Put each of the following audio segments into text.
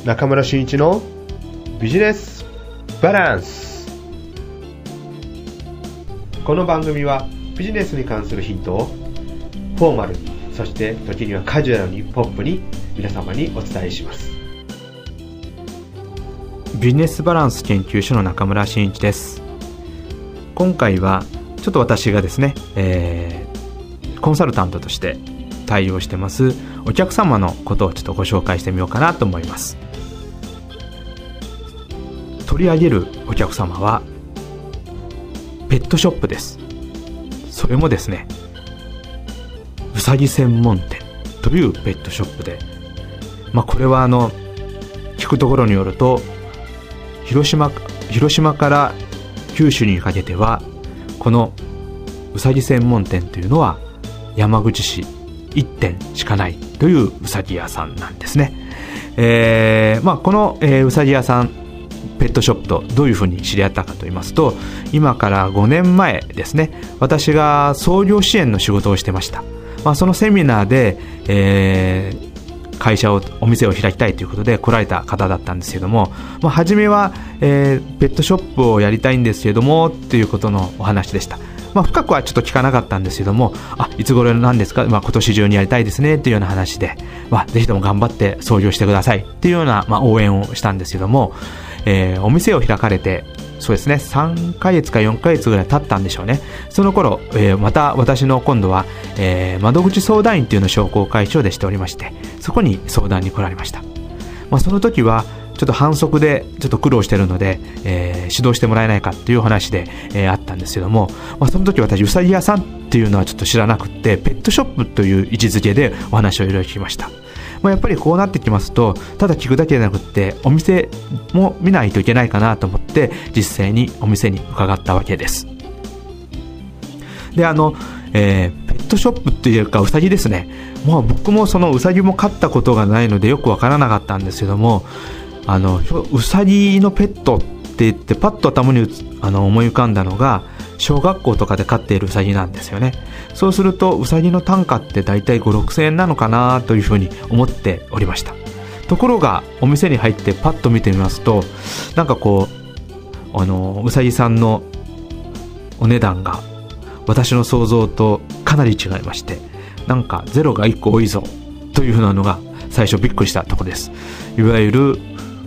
中村俊一のビジネスバランス。この番組はビジネスに関するヒントをフォーマルに、そして時にはカジュアルにポップに皆様にお伝えします。 ビジネスバランス研究所の中村真一です。今回はちょっと私がですね、コンサルタントとして対応してますお客様のことをちょっとご紹介してみようかなと思います。取り上げるお客様はペットショップです。それもですね、うさぎ専門店というペットショップで、これは聞くところによると広島から九州にかけてはこのうさぎ専門店というのは山口市1店しかないといううさぎ屋さんなんですね。この、うさぎ屋さんペットショップとどういうふうに知り合ったかと言いますと、今から5年前ですね、私が創業支援の仕事をしてました。そのセミナーで、お店を開きたいということで来られた方だったんですけども、初めは、ペットショップをやりたいんですけどもっていうことのお話でした。深くはちょっと聞かなかったんですけども、いつ頃なんですか、今年中にやりたいですねっていうような話で、ぜひとも頑張って創業してくださいっていうような、応援をしたんですけども、お店を開かれてそうですね、3ヶ月か4ヶ月ぐらい経ったんでしょうね。その頃、また私の今度は、窓口相談員っていうのを商工会長でしておりまして、そこに相談に来られました。その時はちょっと反則でちょっと苦労しているので、指導してもらえないかというお話で、あったんですけども、その時私うさぎ屋さんっていうのはちょっと知らなくて、ペットショップという位置づけでお話をいろいろ聞きました。やっぱりこうなってきますと、ただ聞くだけでなくってお店も見ないといけないかなと思って実際にお店に伺ったわけです。で、ペットショップっていうかうさぎですね。僕もそのうさぎも飼ったことがないのでよくわからなかったんですけども、うさぎのペットって言ってパッと頭に思い浮かんだのが小学校とかで飼っているうさぎなんですよね。そうするとうさぎの単価ってだいたい 5,6,000 円なのかなというふうに思っておりました。ところがお店に入ってパッと見てみますと、うさぎさんのお値段が私の想像とかなり違いまして、ゼロが1個多いぞというふうなのが最初びっくりしたところです。いわゆる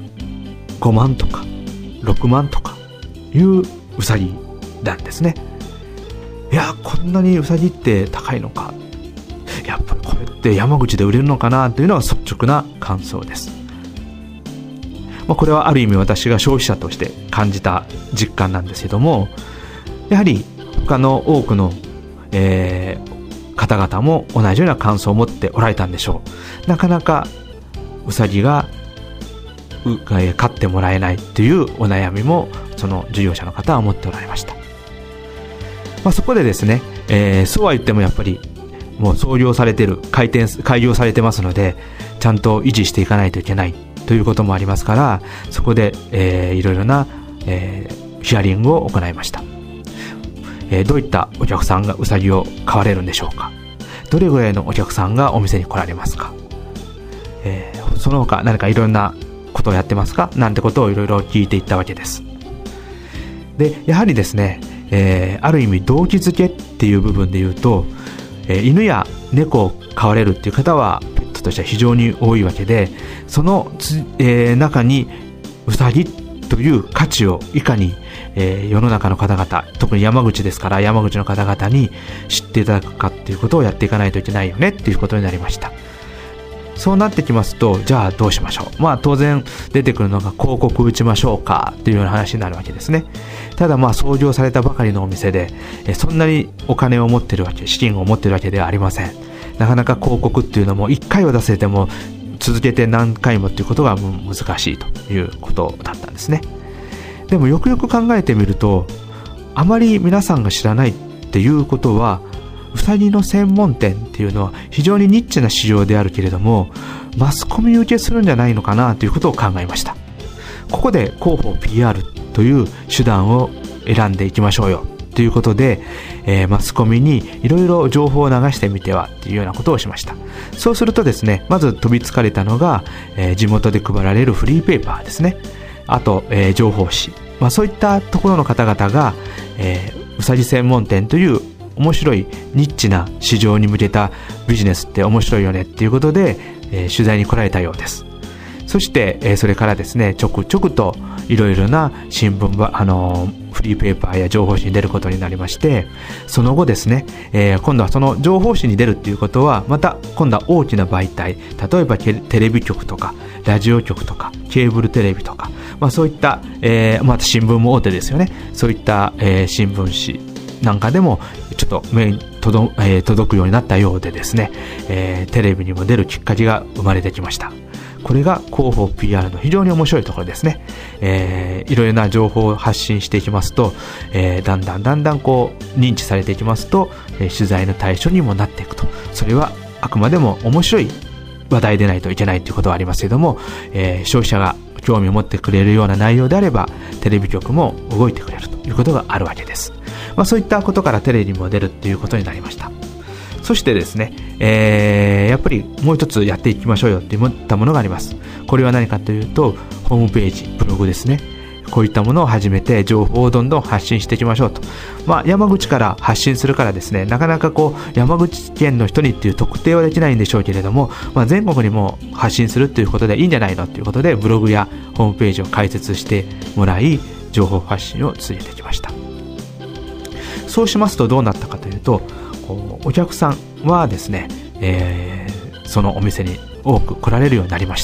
5万とか6万とかいううさぎなんですね。いや、こんなにうさぎって高いのか、やっぱりこれって山口で売れるのかなというのが率直な感想です。これはある意味私が消費者として感じた実感なんですけども、やはり他の多くの、方々も同じような感想を持っておられたんでしょう。なかなかうさぎが飼ってもらえないというお悩みもその事業者の方は持っておられました。そこでですね、そうは言ってもやっぱりもう創業されてる、開業されてますので、ちゃんと維持していかないといけないということもありますから、そこで、いろいろな、ヒアリングを行いました。どういったお客さんがうさぎを買われるんでしょうか。どれぐらいのお客さんがお店に来られますか。その他何かいろんなことをやってますかなんてことをいろいろ聞いていったわけです。で、やはりですね、ある意味動機づけっていう部分で言うと、犬や猫を飼われるっていう方はペットとしては非常に多いわけで、その中にうさぎという価値をいかに、世の中の方々、特に山口ですから山口の方々に知っていただくかっていうことをやっていかないといけないよねっていうことになりました。そうなってきますと、じゃあどうしましょう。当然出てくるのが広告打ちましょうかっていうような話になるわけですね。ただ創業されたばかりのお店で、そんなにお金を持ってるわけ、資金を持ってるわけではありません。なかなか広告っていうのも1回は出せても続けて何回もっていうことが難しいということだったんですね。でもよくよく考えてみると、あまり皆さんが知らないっていうことは、うさぎの専門店っていうのは非常にニッチな市場であるけれども、マスコミ受けするんじゃないのかなということを考えました。ここで広報 PR という手段を選んでいきましょうよということで、マスコミにいろいろ情報を流してみてはというようなことをしました。そうするとですね、まず飛びつかれたのが、地元で配られるフリーペーパーですね。あと、情報誌、そういったところの方々が、うさぎ専門店という面白いニッチな市場に向けたビジネスって面白いよねっていうことで、取材に来られたようです。そして、それからですね、ちょくちょくといろいろな新聞フリーペーパーや情報誌に出ることになりまして、その後ですね、今度はその情報誌に出るっていうことは、また今度は大きな媒体、例えばテレビ局とかラジオ局とかケーブルテレビとか、そういった、また新聞も大手ですよね。そういった、新聞紙なんかでもちょっと目に届くようになったようでですね、テレビにも出るきっかけが生まれてきました。これが広報 PR の非常に面白いところですね。いろいろな情報を発信していきますと、だんだんこう認知されていきますと、取材の対象にもなっていくと。それはあくまでも面白い話題でないといけないということはありますけども、消費者が興味を持ってくれるような内容であればテレビ局も動いてくれるということがあるわけです。そういったことからテレビにも出るということになりました。そしてですね、やっぱりもう一つやっていきましょうよって思ったものがあります。これは何かというと、ホームページ、ブログですね。こういったものを始めて情報をどんどん発信していきましょうと。山口から発信するからですね、なかなかこう山口県の人にっていう特定はできないんでしょうけれども、全国にも発信するということでいいんじゃないのということで、ブログやホームページを開設してもらい、情報発信を続けてきました。そうしますとどうなったかというと、お客さんはですね、そのお店に多く来られるようになりました。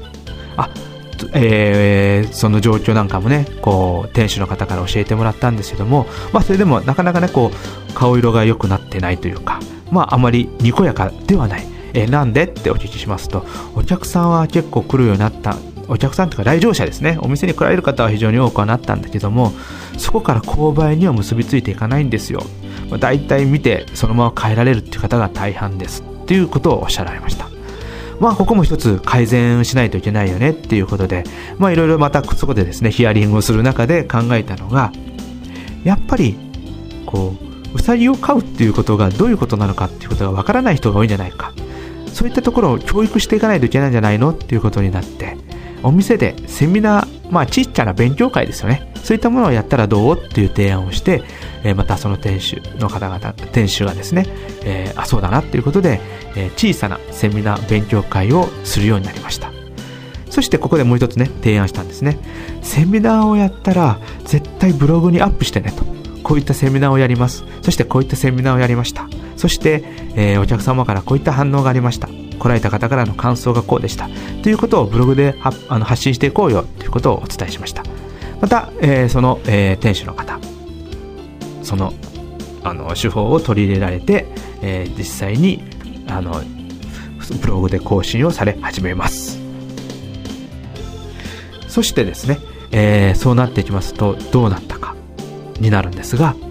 その状況なんかもね、店主の方から教えてもらったんですけども、それでもなかなかね、顔色が良くなってないというか、あまりにこやかではない。なんでってお聞きしますと、お客さんは結構来るようになった。お客さんというか来場者ですね、お店に来られる方は非常に多くはなったんだけども、そこから購買には結びついていかないんですよ。だいたい見てそのまま帰られるっていう方が大半ですっていうことをおっしゃられました。ここも一つ改善しないといけないよねっていうことで、いろいろまたそこでですね、ヒアリングをする中で考えたのが、やっぱりうさぎを飼うっていうことがどういうことなのかっていうことがわからない人が多いんじゃないか、そういったところを教育していかないといけないんじゃないのっていうことになって、お店でセミナー、ちっちゃな勉強会ですよね、そういったものをやったらどうっていう提案をして、またその店主がですね、そうだなっていうことで、小さなセミナー勉強会をするようになりました。そしてここでもう一つね、提案したんですね。セミナーをやったら絶対ブログにアップしてねと。こういったセミナーをやります。そしてこういったセミナーをやりました。そして、お客様からこういった反応がありました。来られた方からの感想がこうでしたということをブログで発信していこうよということをお伝えしました。また、その、店主の方、その手法を取り入れられて、実際にブログで更新をされ始めます。そしてですね、そうなっていきますとどうなったかになるんですが、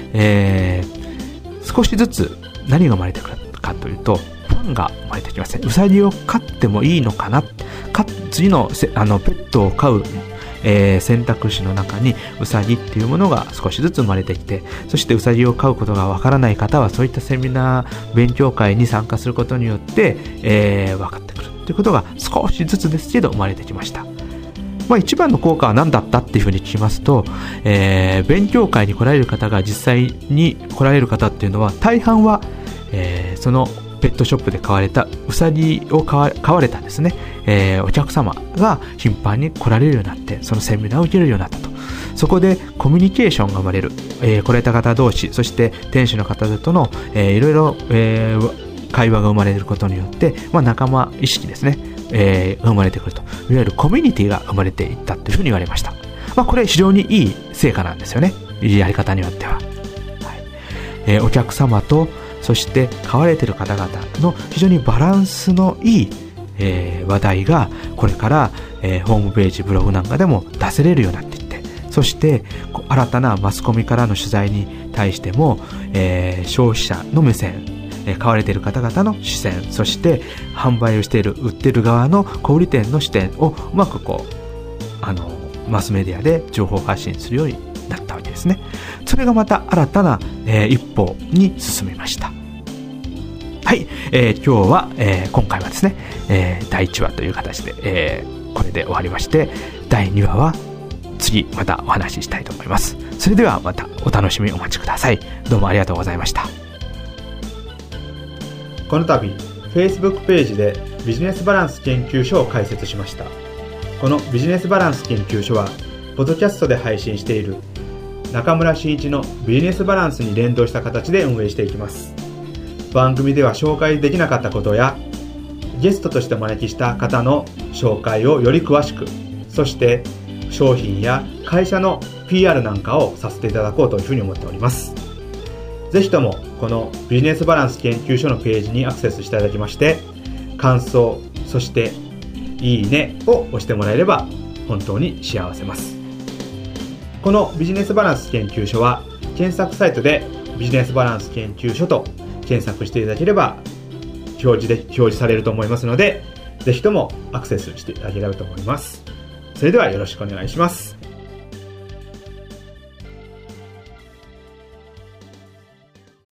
少しずつ何が生まれてくるかというと、ファンが生まれてきますね。うさぎを飼ってもいいのかな、次のペットを飼う選択肢の中にうさぎっていうものが少しずつ生まれてきて、そしてうさぎを飼うことがわからない方はそういったセミナー勉強会に参加することによって、分かってくるということが少しずつですけど生まれてきました。一番の効果は何だったっていうふうに聞きますと、勉強会に来られる方が実際に来られる方っていうのは大半は、そのペットショップで飼われたうさぎを飼われたですね、お客様が頻繁に来られるようになって、そのセミナーを受けるようになったと。そこでコミュニケーションが生まれる、来られた方同士、そして店主の方との、いろいろ、会話が生まれることによって、仲間意識ですね、生まれてくると。いわゆるコミュニティが生まれていったというふうに言われました。これ非常にいい成果なんですよね、やり方によっては。お客様とそして飼われている方々の非常にバランスのいい、話題がこれから、ホームページブログなんかでも出せれるようになっていって、そして新たなマスコミからの取材に対しても、消費者の目線、買われている方々の視線、そして販売をしている売っている側の小売店の視点をうまくマスメディアで情報発信するようになったわけですね。 それがまた新たな、一歩に進みました。はい、今日は、今回はですね、第1話という形で、これで終わりまして、第2話は次またお話ししたいと思います。それではまたお楽しみお待ちください。どうもありがとうございました。 この度 Facebook ページでビジネスバランス研究所を開設しました。このビジネスバランス研究所はポッドキャストで配信している中村真一のビジネスバランスに連動した形で運営していきます。番組では紹介できなかったことやゲストとしてお招きした方の紹介をより詳しく、そして商品や会社の PR なんかをさせていただこうというふうに思っております。ぜひともこのビジネスバランス研究所のページにアクセスしていただきまして、感想、そしていいねを押してもらえれば本当に幸せます。このビジネスバランス研究所は検索サイトでビジネスバランス研究所と検索していただければ表示されると思いますので、ぜひともアクセスしていただければと思います。それではよろしくお願いします。